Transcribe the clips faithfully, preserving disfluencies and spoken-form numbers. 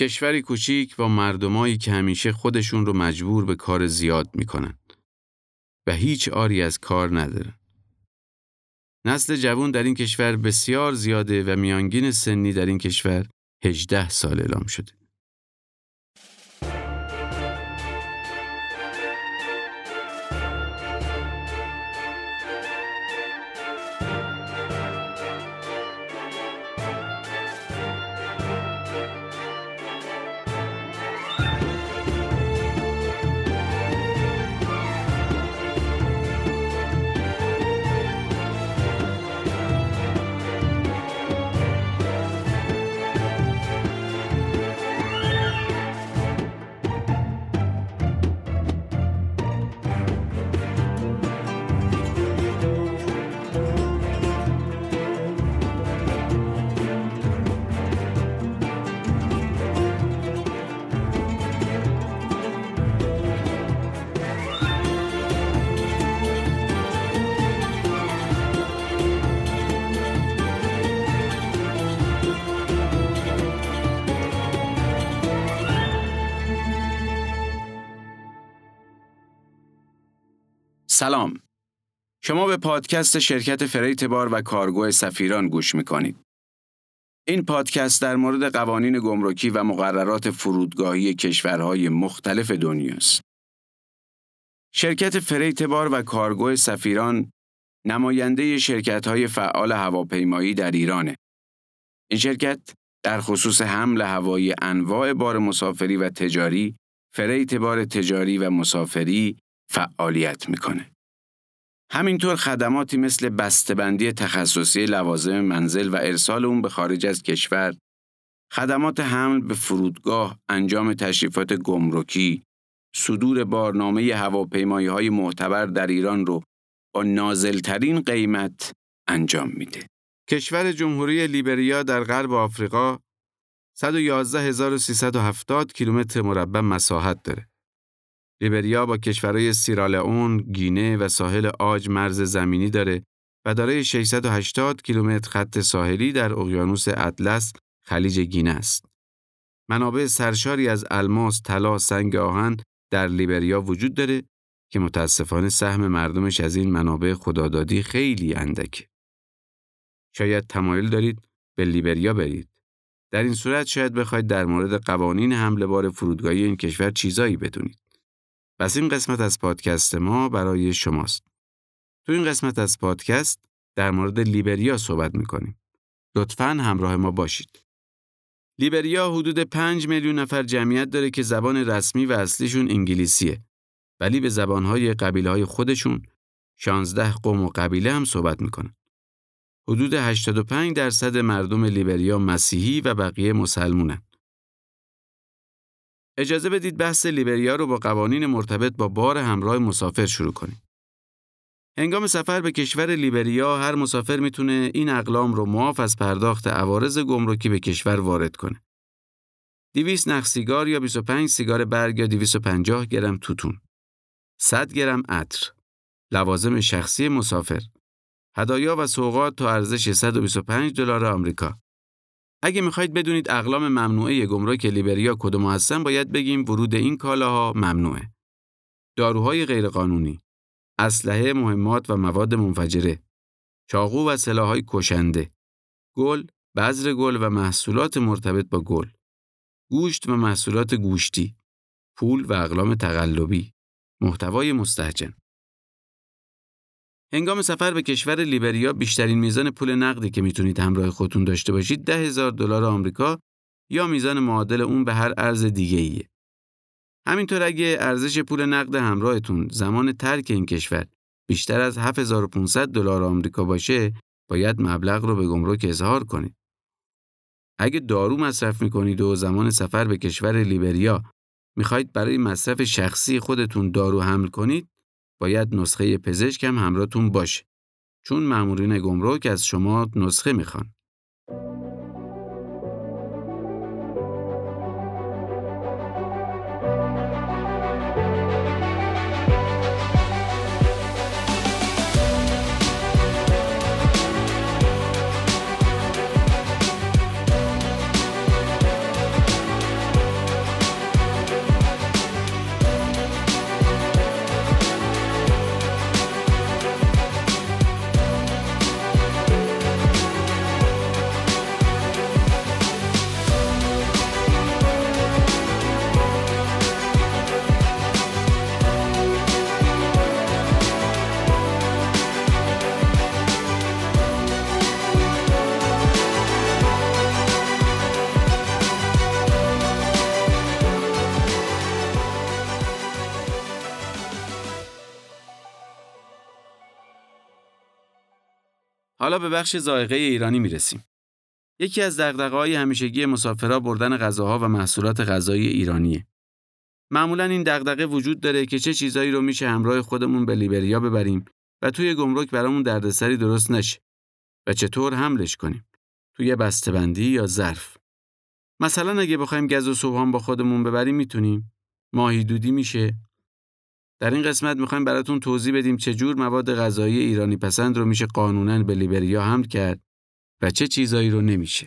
کشوری کوچیک با مردمایی که همیشه خودشون رو مجبور به کار زیاد میکنن و هیچ آری از کار ندارن. نسل جوان در این کشور بسیار زیاده و میانگین سنی در این کشور هجده سال اعلام شده. سلام. شما به پادکست شرکت فریت بار و کارگو سفیران گوش میکنید. این پادکست در مورد قوانین گمرکی و مقررات فرودگاهی کشورهای مختلف دنیاست. شرکت فریت بار و کارگو سفیران نماینده شرکت‌های فعال هواپیمایی در ایرانه. این شرکت در خصوص حمل هوایی انواع بار مسافری و تجاری، فریت بار تجاری و مسافری فعالیت میکنه. همینطور خدماتی مثل بسته‌بندی تخصصی لوازم منزل و ارسال اون به خارج از کشور، خدمات حمل به فرودگاه، انجام تشریفات گمرکی، صدور بارنامه هواپیمایی‌های معتبر در ایران رو با نازل‌ترین قیمت انجام میده. کشور جمهوری لیبریا در غرب آفریقا صد و یازده هزار و سیصد و هفتاد کیلومتر مربع مساحت داره. لیبریا با کشورهای سیرالئون، گینه و ساحل عاج مرز زمینی داره و دارای ششصد و هشتاد کیلومتر خط ساحلی در اقیانوس اطلس خلیج گینه است. منابع سرشاری از الماس، طلا، سنگ آهن در لیبریا وجود داره که متاسفانه سهم مردمش از این منابع خدادادی خیلی اندکه. شاید تمایل دارید به لیبریا برید. در این صورت شاید بخواید در مورد قوانین حمل بار فرودگاهی این کشور چیزایی بدونید. پس این قسمت از پادکست ما برای شماست. تو این قسمت از پادکست در مورد لیبریا صحبت میکنیم. لطفاً همراه ما باشید. لیبریا حدود پنج میلیون نفر جمعیت داره که زبان رسمی و اصلیشون انگلیسیه. ولی به زبانهای قبیله‌های خودشون شانزده قوم و قبیله هم صحبت میکنن. حدود هشتاد و پنج درصد مردم لیبریا مسیحی و بقیه مسلمونن. اجازه بدید بحث لیبریا رو با قوانین مرتبط با بار همراه مسافر شروع کنیم. هنگام سفر به کشور لیبریا هر مسافر میتونه این اقلام رو معاف از پرداخت عوارض گمرکی به کشور وارد کنه. دویست نخ سیگار یا بیست و پنج سیگار برگ یا دویست و پنجاه گرم توتون، صد گرم عطر، لوازم شخصی مسافر، هدایا و سوغات تا ارزش صد و بیست و پنج دلار آمریکا. اگه میخواید بدونید اقلام ممنوعه گمرک لیبریا کدوم هستن، باید بگیم ورود این کالاها ممنوعه. داروهای غیرقانونی، اسلحه، مهمات و مواد منفجره، چاقو و سلاح‌های کشنده، گل، بذر گل و محصولات مرتبط با گل، گوشت و محصولات گوشتی، پول و اقلام تقلبی، محتوای مستهجن. هنگام سفر به کشور لیبریا بیشترین میزان پول نقدی که میتونید همراه خودتون داشته باشید ده هزار دلار آمریکا یا میزان معادل اون به هر ارز دیگه ایه. همینطور اگه ارزش پول نقد همراهتون زمان ترک این کشور بیشتر از هفت هزار و پانصد دلار آمریکا باشه، باید مبلغ رو به گمرک اظهار کنید. اگه دارو مصرف میکنید و زمان سفر به کشور لیبریا میخواید برای مصرف شخصی خودتون دارو حمل کنید، باید نسخه پزشک هم همراهتون باشه، چون مامورین گمرک از شما نسخه میخوان. حالا به بخش ذائقه ایرانی میرسیم. یکی از دغدغه‌های همیشگی مسافرها بردن غذاها و محصولات غذایی ایرانیه. معمولاً این دغدغه وجود داره که چه چیزایی رو میشه همراه خودمون به لیبریا ببریم و توی گمرک برامون دردسری درست نشه و چطور حملش کنیم. توی بسته‌بندی یا ظرف. مثلا اگه بخوایم گز و سوهان با خودمون ببریم میتونیم. ماهی دودی میشه. در این قسمت میخوایم براتون توضیح بدیم چه جور مواد غذایی ایرانی پسند رو میشه قانوناً به لیبریا حمل کرد و چه چیزایی رو نمیشه.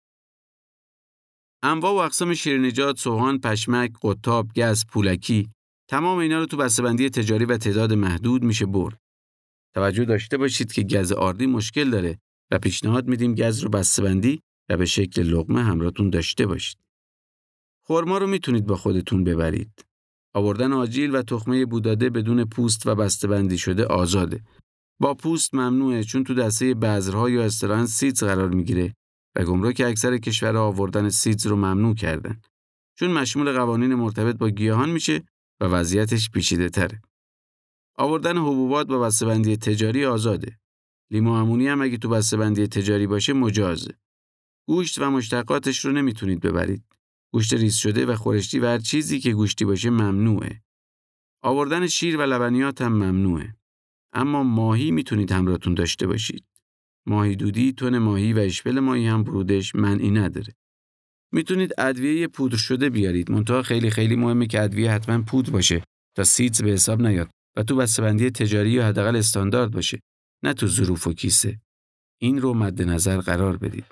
انواع و اقسام شیرینیجات، سوهان، پشمک، قطاب، گز، پولکی، تمام اینا رو تو بسته‌بندی تجاری و تعداد محدود میشه برد. توجه داشته باشید که گز آردی مشکل داره و پیشنهاد میدیم گز رو بسته‌بندی و به شکل لقمه همراهتون داشته باشید. خرما رو میتونید با خودتون ببرید. آوردن آجیل و تخمه بوداده بدون پوست و بسته‌بندی شده آزاده. با پوست ممنوعه چون تو دسته بذرها یا اصطلاحاً سیدز قرار میگیره و گمرک اکثر کشورها آوردن سیدز رو ممنوع کردن. چون مشمول قوانین مرتبط با گیاهان میشه و وضعیتش پیچیده‌تره. آوردن حبوبات با بسته‌بندی تجاری آزاده. لیمو امونی هم اگه تو بسته‌بندی تجاری باشه مجازه. گوشت و مشتقاتش رو نمیتونید ببرید. گوشت ریز شده و خورشتی و هر چیزی که گوشتی باشه ممنوعه. آوردن شیر و لبنیات هم ممنوعه. اما ماهی میتونید همراهتون داشته باشید. ماهی دودی، تن ماهی و اشپل ماهی هم ورودش منعی نداره. میتونید ادویه پودر شده بیارید. منتها خیلی خیلی مهمه که ادویه حتما پودر باشه تا سیدز به حساب نیاد و تو بسته‌بندی تجاری یا حداقل استاندارد باشه، نه تو ظروف و کیسه. این رو مد نظر قرار بدید.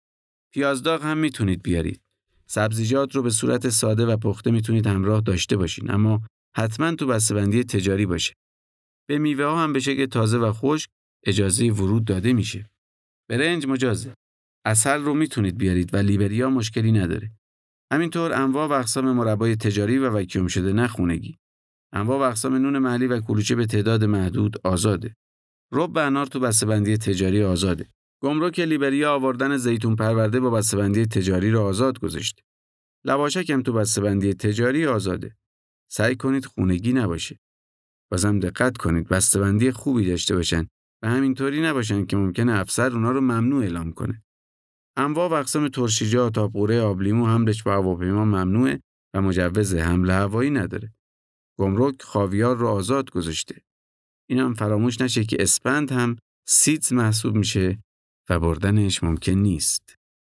پیاز داغ هم میتونید بیارید. سبزیجات رو به صورت ساده و پخته میتونید همراه داشته باشین، اما حتما تو بسته‌بندی تجاری باشه. به میوه ها هم به شکل تازه و خشک اجازه ورود داده میشه. برنج مجازه. عسل رو میتونید بیارید و لیبریا مشکلی نداره. همینطور انواع و اقسام مربای تجاری و وکیوم شده نه خونگی. انواع و اقسام نون محلی و کلوچه به تعداد محدود آزاده. رب انار تو بسته‌بندی تجاری آزاده. گمرک لیبریا آوردن زیتون پرورده با بسته‌بندی تجاری رو آزاد گذاشته. لواشک هم تو بسته‌بندی تجاری آزاده. سعی کنید خونگی نباشه. بازم دقت کنید بسته‌بندی خوبی داشته باشن و همینطوری نباشن که ممکنه افسر اونا رو ممنوع اعلام کنه. انواع و اقسام ترشیجات، آبقوره، آبلیمو حملش با هواپیما ممنوعه و مجوز حمل هوایی نداره. گمرک خاویار رو آزاد گذاشته. این هم فراموش نشه که اسپند هم سیدز محسوب میشه و بردنش ممکن نیست.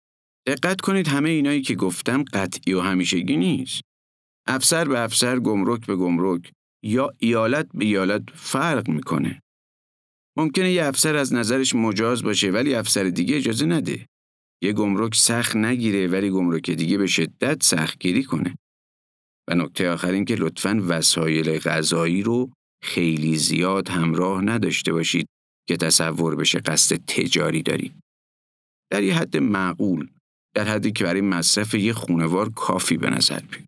دقت کنید همه اینایی که گفتم قطعی و همیشگی نیست. افسر به افسر، گمرک به گمرک یا ایالت به ایالت فرق میکنه. ممکنه یه افسر از نظرش مجاز باشه ولی افسر دیگه اجازه نده. یه گمرک سخت نگیره ولی گمرک دیگه به شدت سخت گیری کنه. و نکته آخر این که لطفاً وسایل غذایی رو خیلی زیاد همراه نداشته باشید که تصور بشه قصد تجاری دارید. در یه حد معقول، در حدی که برای مصرف یه خانوار کافی به نظر بیاد.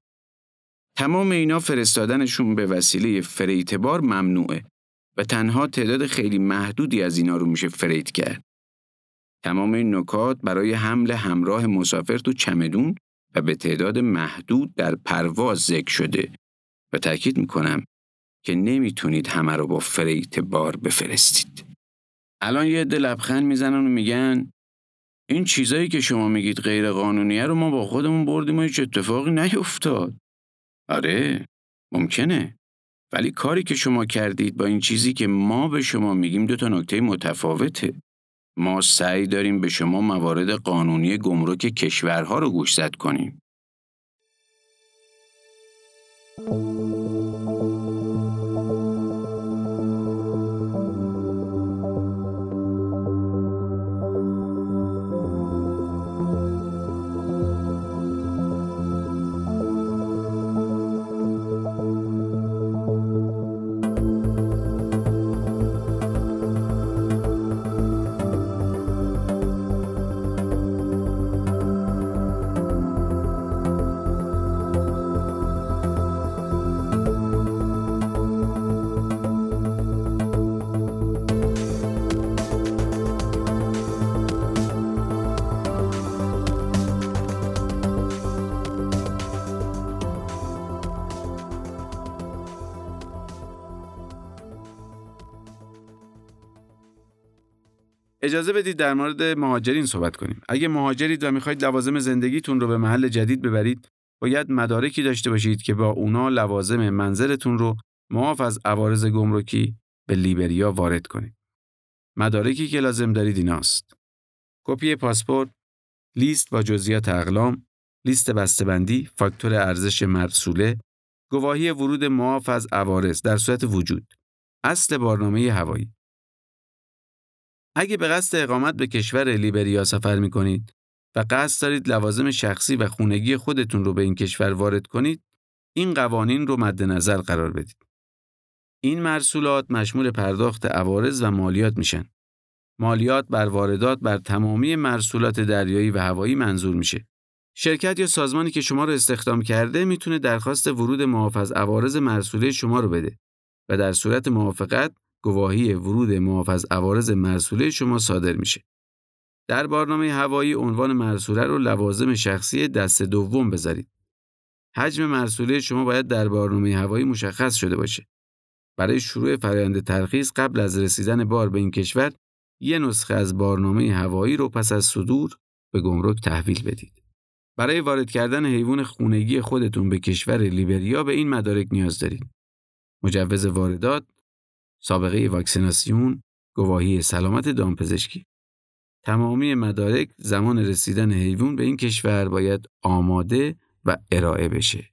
تمام اینا فرستادنشون به وسیله فریت بار ممنوعه و تنها تعداد خیلی محدودی از اینا رو میشه فریت کرد. تمام این نکات برای حمل همراه مسافر تو چمدون و به تعداد محدود در پرواز ذکر شده و تاکید میکنم که نمیتونید همه رو با فریت بار بفرستید. الان یه عده لبخند میزنن و میگن این چیزایی که شما میگید غیر قانونیه رو ما با خودمون بردیم و هیچ اتفاقی نیفتاد. آره، ممکنه. ولی کاری که شما کردید با این چیزی که ما به شما میگیم دو تا نکته متفاوته. ما سعی داریم به شما موارد قانونی گمرک کشورها رو گوشزد کنیم. اجازه بدید در مورد مهاجرین صحبت کنیم. اگه مهاجرید و میخواید لوازم زندگیتون رو به محل جدید ببرید، باید مدارکی داشته باشید که با اونا لوازم منزلتون رو معاف از عوارض گمرکی به لیبریا وارد کنید. مدارکی که لازم دارید ایناست: کپی پاسپورت، لیست با جزئیات اقلام، لیست بسته‌بندی، فاکتور ارزش مرسوله، گواهی ورود معاف از عوارض در صورت وجود، اصل بارنامه هوایی. اگه به قصد اقامت به کشور لیبریا سفر می‌کنید و قصد دارید لوازم شخصی و خونگی خودتون رو به این کشور وارد کنید، این قوانین رو مد نظر قرار بدید. این مرسولات مشمول پرداخت عوارض و مالیات میشن. مالیات بر واردات بر تمامی مرسولات دریایی و هوایی منظور میشه. شرکت یا سازمانی که شما رو استخدام کرده میتونه درخواست ورود معاف از عوارض مرسوله شما رو بده و در صورت موافقت گواهی ورود معاف از عوارض مرسوله شما صادر میشه. در بارنامه هوایی عنوان مرسوله رو لوازم شخصی دست دوم بذارید. حجم مرسوله شما باید در بارنامه هوایی مشخص شده باشه. برای شروع فرآیند ترخیص قبل از رسیدن بار به این کشور، یه نسخه از بارنامه هوایی رو پس از صدور به گمرک تحویل بدید. برای وارد کردن حیوان خونگی خودتون به کشور لیبریا به این مدارک نیاز دارید: مجوز واردات، سابقه واکسیناسیون، گواهی سلامت دامپزشکی. تمامی مدارک زمان رسیدن حیوان به این کشور باید آماده و ارائه بشه.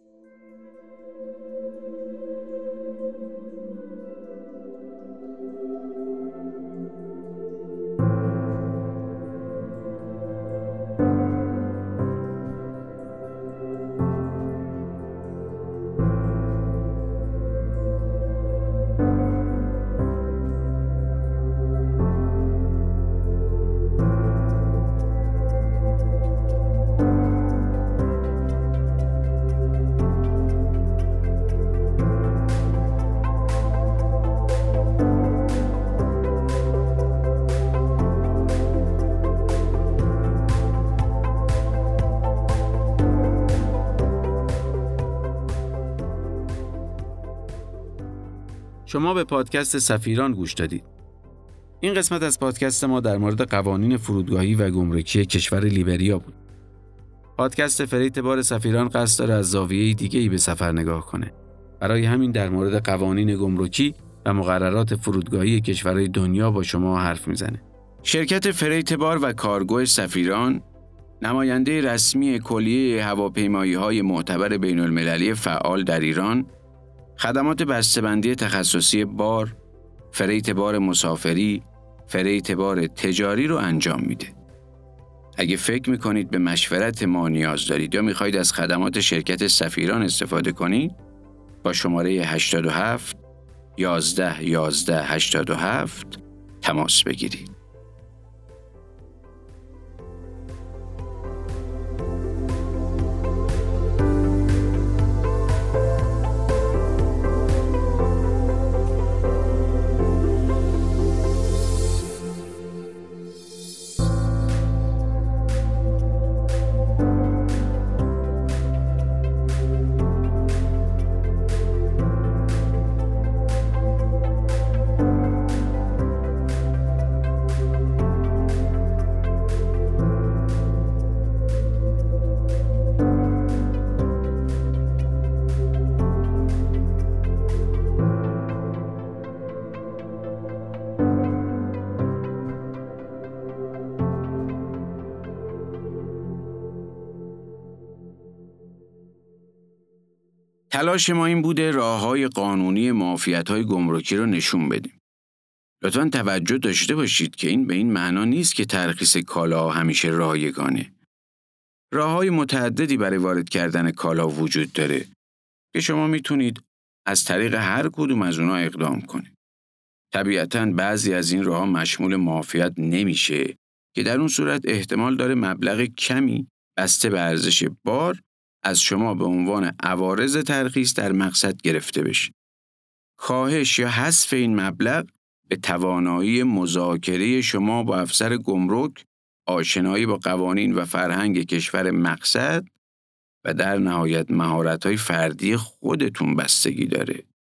شما به پادکست سفیران گوش دادید. این قسمت از پادکست ما در مورد قوانین فرودگاهی و گمرکی کشور لیبریا بود. پادکست فریت بار سفیران قصد داره از زاویه دیگه‌ای به سفر نگاه کنه. برای همین در مورد قوانین گمرکی و مقررات فرودگاهی کشورهای دنیا با شما حرف میزنه. شرکت فریت بار و کارگو سفیران نماینده رسمی کلیه هواپیمایی‌های معتبر بین‌المللی فعال در ایران، خدمات بسته‌بندی تخصصی بار، فریت بار مسافری، فریت بار تجاری رو انجام میده. اگه فکر میکنید به مشورت ما نیاز دارید یا میخواید از خدمات شرکت سفیران استفاده کنید، با شماره هشتاد و هفت یازده یازده هشتاد و هفت تماس بگیرید. تلاش ما این بوده راه‌های قانونی معافیت‌های گمرکی رو نشون بدیم. لطفاً توجه داشته باشید که این به این معنا نیست که ترخیص کالا همیشه رایگانه. راه‌های متعددی برای وارد کردن کالا وجود داره که شما میتونید از طریق هر کدوم از اونها اقدام کنید. طبیعتاً بعضی از این راه‌ها مشمول معافیت نمیشه که در اون صورت احتمال داره مبلغ کمی بسته به ارزش بار از شما به عنوان عوارض ترخیص در مقصد گرفته بشه. کاهش یا حذف این مبلغ به توانایی مذاکره شما با افسر گمرک، آشنایی با قوانین و فرهنگ کشور مقصد و در نهایت مهارت‌های فردی خودتون بستگی داره.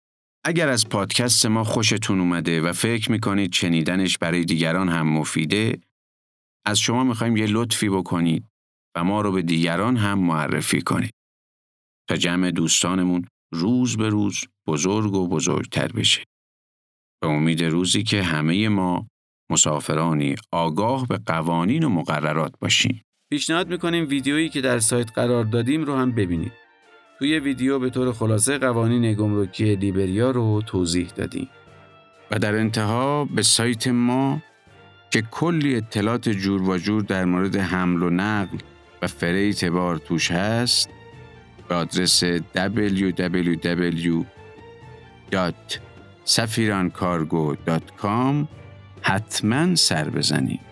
اگر از پادکست ما خوشتون اومده و فکر میکنید شنیدنش برای دیگران هم مفیده، از شما میخوایم یه لطفی بکنید و ما رو به دیگران هم معرفی کنید تا جمع دوستانمون روز به روز بزرگ و بزرگتر بشه. به امید روزی که همه ما مسافرانی آگاه به قوانین و مقررات باشیم. پیشنهاد میکنیم ویدیویی که در سایت قرار دادیم رو هم ببینید. توی ویدیو به طور خلاصه قوانین گمرکی لیبریا رو توضیح دادیم. و در انتها به سایت ما که کلی اطلاعات جور و جور در مورد حمل و نقل و فریت بار توش هست، به آدرس دبلیو دبلیو دبلیو دات سفیران کارگو دات کام حتما سر بزنید.